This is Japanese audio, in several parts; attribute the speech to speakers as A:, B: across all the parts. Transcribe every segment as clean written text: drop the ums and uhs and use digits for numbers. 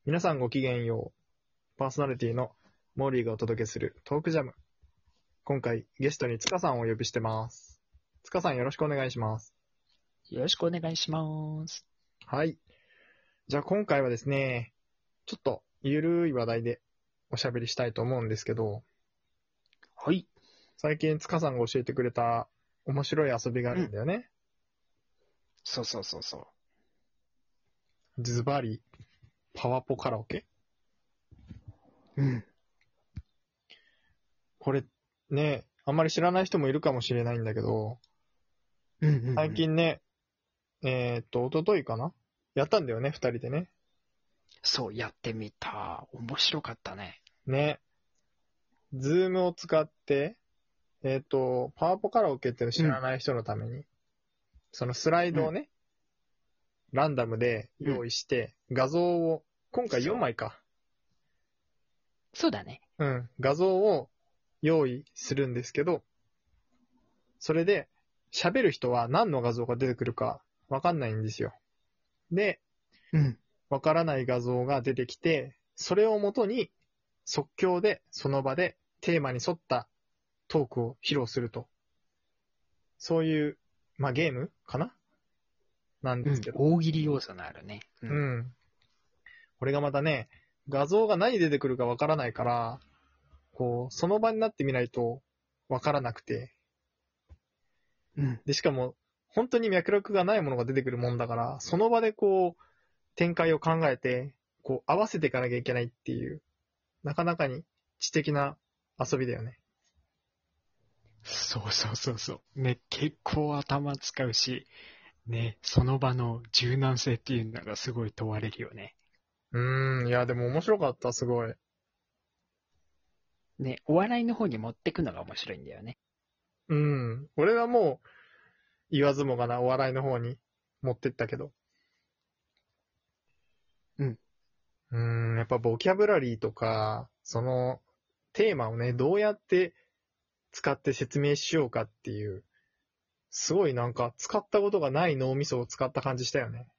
A: 皆さんごきげんよう。パーソナリティのモーリーがお届けするトークジャム。今回ゲストに塚さんをお呼びしてます。塚さんよろしくお願いします。
B: よろしくお願いします。
A: はい。じゃあ今回はですね、ちょっとゆるい話題でおしゃべりしたいと思うんですけど、
B: はい。
A: 最近塚さんが教えてくれた面白い遊びがあるんだよね。
B: そうそうそうそう。
A: ズバリ、パワポカラオケ。
B: うん。
A: これね、あんまり知らない人もいるかもしれないんだけど、最近ね、一昨日かなやったんだよね、二人でね。
B: そう、やってみた。面白かったね。
A: ね。ズームを使って、パワポカラオケっていうの知らない人のために、そのスライドをね、ランダムで用意して、画像を、今回4枚か。
B: そうだね。
A: 画像を用意するんですけど、それで、喋る人は何の画像が出てくるかわかんないんですよ。で、わからない画像が出てきて、それをもとに即興でその場でテーマに沿ったトークを披露すると。そういう、ゲームかななんですけど。
B: 大喜利要素のあるね。
A: これがまたね、画像が何出てくるかわからないから、その場になってみないとわからなくて。で、しかも、本当に脈絡がないものが出てくるもんだから、その場で展開を考えて、合わせていかなきゃいけないっていう、なかなかに知的な遊びだよね。
B: そうそうそうそう。ね、結構頭使うし、ね、その場の柔軟性っていうのがすごい問われるよね。
A: いや、でも面白かった、すごい。
B: ね、お笑いの方に持ってくのが面白いんだよね。
A: 俺はもう、言わずもがな、お笑いの方に持ってったけど。やっぱボキャブラリーとか、その、テーマをね、どうやって使って説明しようかっていう、すごいなんか使ったことがない脳みそを使った感じしたよね。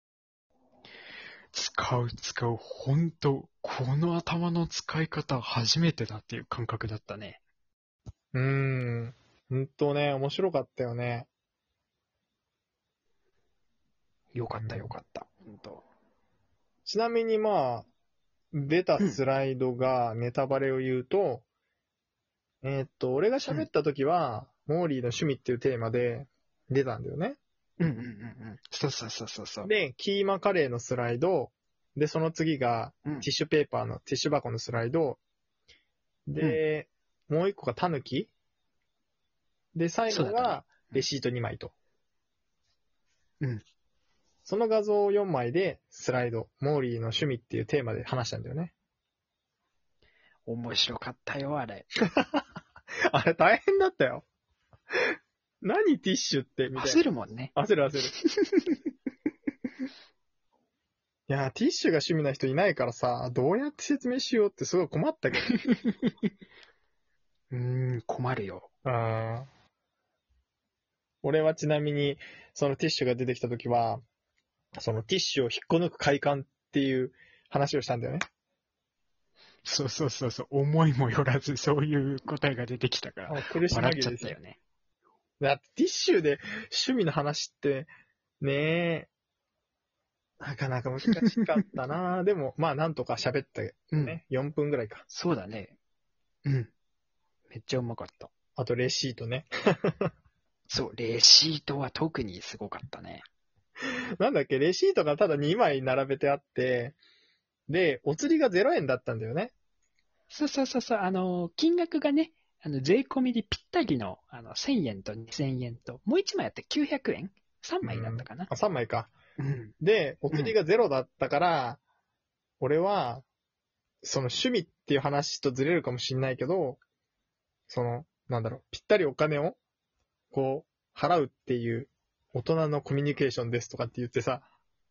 B: 使う、ほんと、この頭の使い方初めてだっていう感覚だったね。
A: ほんとね、面白かったよね。
B: よかったよかった。ほんと。
A: ちなみに出たスライドがネタバレを言うと、俺が喋った時は、モーリーの趣味っていうテーマで出たんだよね。
B: そうそうそうそうそう。
A: で、キーマカレーのスライド、で、その次が、ティッシュペーパーの、ティッシュ箱のスライド、で、もう一個がタヌキで、最後が、レシート2枚と。その画像4枚で、スライド、モーリーの趣味っていうテーマで話したんだよね。
B: 面白かったよ、あれ。
A: あれ大変だったよ。何ティッシュってみたいな。
B: 焦るもんね。
A: 焦る。いや、ティッシュが趣味な人いないからさ、どうやって説明しようってすごい困ったけど。
B: 困るよ。
A: 俺はちなみに、そのティッシュが出てきたときは、そのティッシュを引っこ抜く快感っていう話をしたんだよね。
B: そう。思いもよらず、そういう答えが出てきたから、
A: 苦し紛れです
B: 笑っちゃったよね。
A: だってティッシュで趣味の話って、ねなかなか難しかったなでも、なんとか喋ったよね。4分ぐらいか。
B: そうだね。めっちゃうまかった。
A: あと、レシートね。
B: そう、レシートは特にすごかったね。
A: なんだっけ、レシートがただ2枚並べてあって、で、お釣りが0円だったんだよね。
B: そう。金額がね、税込みでぴったりの、1000円と2000円と、もう1枚あって900円 ?3 枚だったかな。
A: 3枚か。で、お釣りが0だったから、俺は、その趣味っていう話とずれるかもしんないけど、ぴったりお金を、払うっていう大人のコミュニケーションですとかって言ってさ、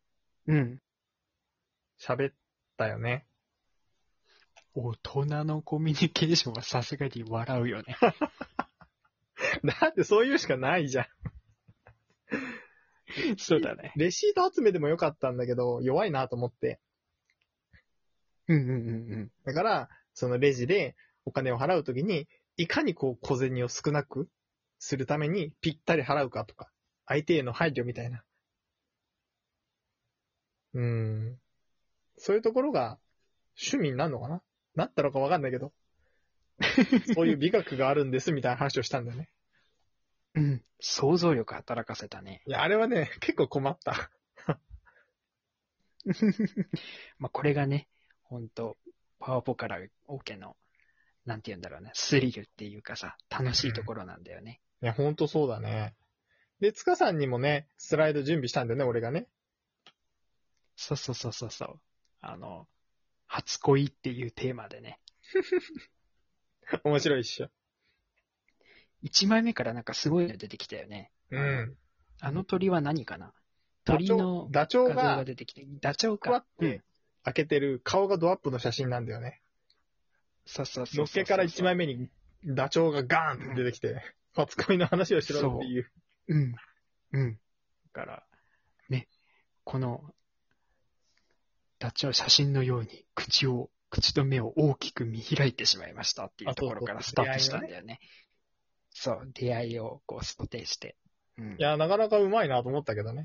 A: 喋ったよね。
B: 大人のコミュニケーションはさすがに笑うよね。
A: だってそういうしかないじゃん。
B: そうだね。
A: レシート集めでもよかったんだけど、弱いなと思って。
B: うんうんうん
A: だから、そのレジでお金を払うときに、いかにこう小銭を少なくするためにぴったり払うかとか、相手への配慮みたいな。そういうところが趣味になるのかな、なったのかわかんないけど、そういう美学があるんですみたいな話をしたんだよね。
B: うん。うん。想像力働かせたね。
A: いや、あれはね、結構困った。
B: まあこれがね、ほんと、パワポからオーケーの、なんて言うんだろうね、スリルっていうかさ、楽しいところなんだよね。
A: いや、ほんとそうだね。で、塚さんにもね、スライド準備したんだよね、俺がね。
B: そうそうそうそうそう。初恋っていうテーマでね、
A: 面白いっしょ。
B: 1枚目からなんかすごいの出てきたよね。
A: うん。
B: あの鳥は何かな、
A: ダチョウ
B: 鳥の
A: ダチョウ
B: 画像が
A: が、
B: 出てきて、ダチョウか。
A: こうやって開けてる顔がドアップの写真なんだよね。
B: そうそうそうそう。
A: のっけから1枚目にダチョウがガーンって出てきて、初恋の話をしろっていう。
B: うん。うん。だから、ね、この、ダチョウ写真のように口と目を大きく見開いてしまいましたっていうところからスタートしたんだよね。そう、出会いをこう想定して。うん、
A: いや、なかなかうまいなと思ったけどね。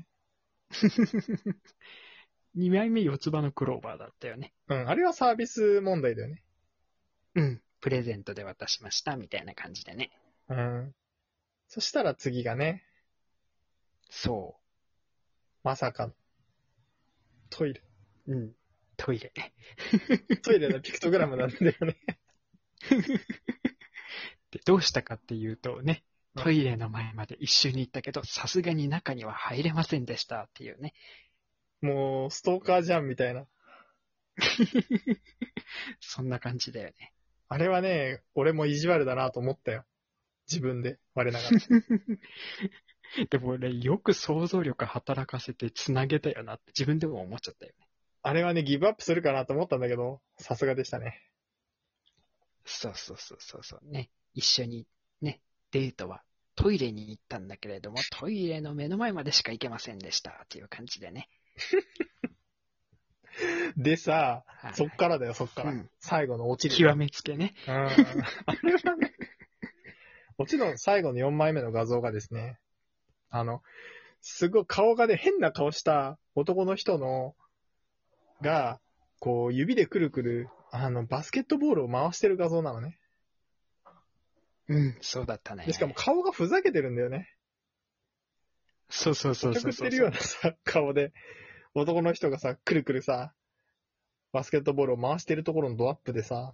B: 2枚目四つ葉のクローバーだったよね。
A: うん、あれはサービス問題だよね。
B: うん。プレゼントで渡しましたみたいな感じでね。
A: うん。そしたら次がね、
B: そ
A: まさかの、トイレ。
B: う。うん。トイレね。
A: トイレのピクトグラムなんだよね。
B: で、どうしたかっていうとね、トイレの前まで一緒に行ったけど、さすがに中には入れませんでしたっていうね。
A: もう、ストーカーじゃんみたいな。
B: そんな感じだよね。
A: あれはね、俺も意地悪だなと思ったよ。自分で、我ながら。
B: でも俺、よく想像力働かせて繋げたよなって自分でも思っちゃったよね。
A: あれはね、ギブアップするかなと思ったんだけど、さすがでしたね。
B: そうそうそうそうそうね。一緒にね、デートはトイレに行ったんだけれども、トイレの目の前までしか行けませんでしたっていう感じでね。
A: でさ、
B: はい、
A: そっからだよ、そっから。
B: うん、
A: 最後のオチで。
B: 極めつけね。
A: あれはね、オチの最後の4枚目の画像がですね、すごい顔がね、変な顔した男の人が、こう、指でくるくる、バスケットボールを回してる画像なのね。
B: うん、そうだったね。
A: で、しかも顔がふざけてるんだよね。
B: そうそうそうそうそう。
A: おちょくってるようなさ、顔で、男の人がさ、くるくるさ、バスケットボールを回してるところのドアップでさ、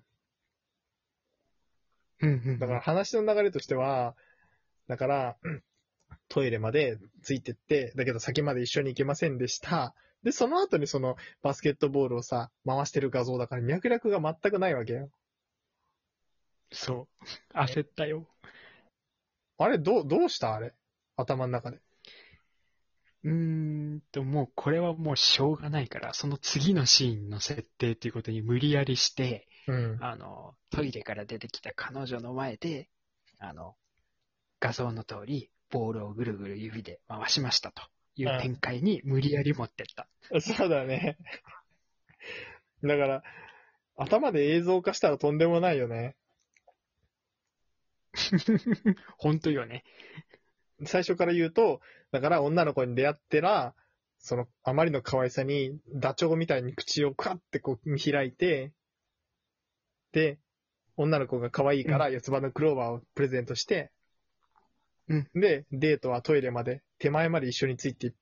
B: うんうんうん、
A: だから話の流れとしては、だから、トイレまでついてって、だけど先まで一緒に行けませんでした。で、その後にそのバスケットボールをさ、回してる画像だから脈絡が全くないわけよ。
B: そう。焦ったよ。
A: あれ、どうしたあれ。頭の中で。
B: もうこれはもうしょうがないから、その次のシーンの設定っていうことに無理やりして、
A: うん。
B: トイレから出てきた彼女の前で、画像の通り、ボールをぐるぐる指で回しましたという展開に無理やり持ってった。
A: そうだね。だから、頭で映像化したらとんでもないよね。
B: 本当よね。
A: 最初から言うと、だから女の子に出会ってら、その、あまりの可愛さに、ダチョウみたいに口をクワッてこう見開いて、で、女の子が可愛いから四つ葉のクローバーをプレゼントして、
B: うん。
A: で、デートはトイレまで、手前まで一緒についていって、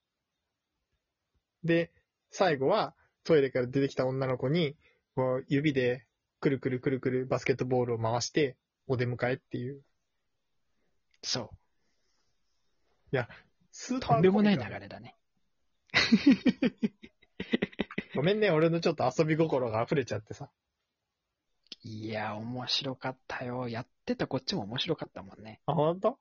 A: で、最後はトイレから出てきた女の子に、こう指でくるくるくるくるバスケットボールを回して、お出迎えっていう。
B: そう。
A: いや、スーパー
B: とんでもない流れだね。
A: ごめんね、俺のちょっと遊び心が溢れちゃってさ。
B: いや、面白かったよ。やってたこっちも面白かったもんね。
A: あ、ほんと？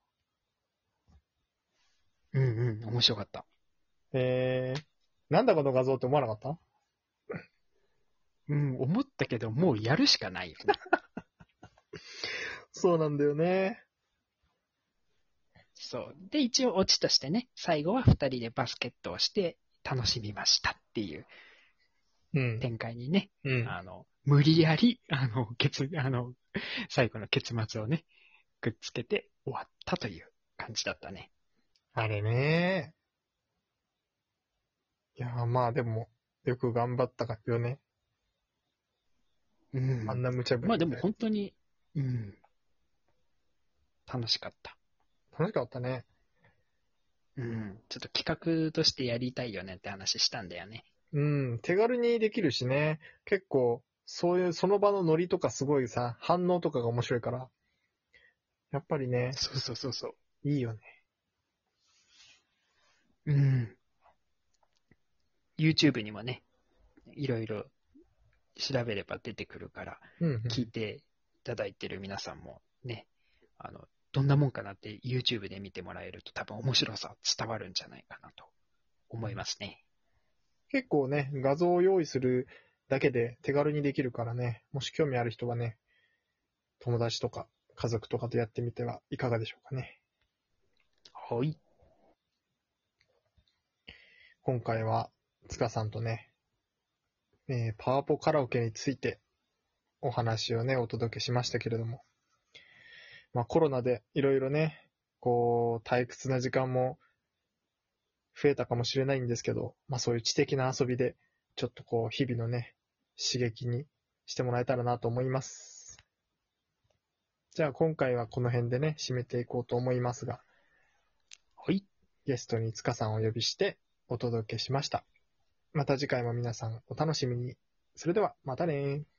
B: うんうん、面白かった。
A: なんだこの画像って思わなかった？
B: うん、思ったけど、もうやるしかないよね。
A: そうなんだよね。
B: そう。で、一応オチとしてね、最後は二人でバスケットをして楽しみましたっていう。 展開にね、
A: うん。
B: 無理やり、最後の結末をね、くっつけて終わったという感じだったね。
A: あれね。いや、まあでも、よく頑張ったよね。
B: うん。
A: あんな無茶ぶ
B: まあでも
A: りみたい
B: 本当に、うん、楽しかった。
A: な。楽しかったね。
B: うん。ちょっと企画としてやりたいよねって話したんだよね。
A: うん、手軽にできるしね。結構、そういう、その場のノリとかすごいさ、反応とかが面白いから。やっぱりね、
B: そうそうそうそう。
A: いいよね。
B: うん。YouTube にもね、いろいろ調べれば出てくるから、
A: うん、うん。
B: 聞いていただいてる皆さんもね、どんなもんかなって YouTube で見てもらえると多分面白さ伝わるんじゃないかなと思いますね。
A: 結構ね、画像を用意するだけで手軽にできるからね、もし興味ある人はね、友達とか家族とかとやってみてはいかがでしょうかね。
B: はい。
A: 今回は、塚さんとね、パワポカラオケについてお話をね、お届けしましたけれども、まあコロナでいろいろね、こう、退屈な時間も増えたかもしれないんですけど、まあそういう知的な遊びで、ちょっとこう、日々のね、刺激にしてもらえたらなと思います。じゃあ今回はこの辺でね、締めていこうと思いますが、
B: はい。
A: ゲストに塚さんをお呼びしてお届けしました。また次回も皆さんお楽しみに。それではまたね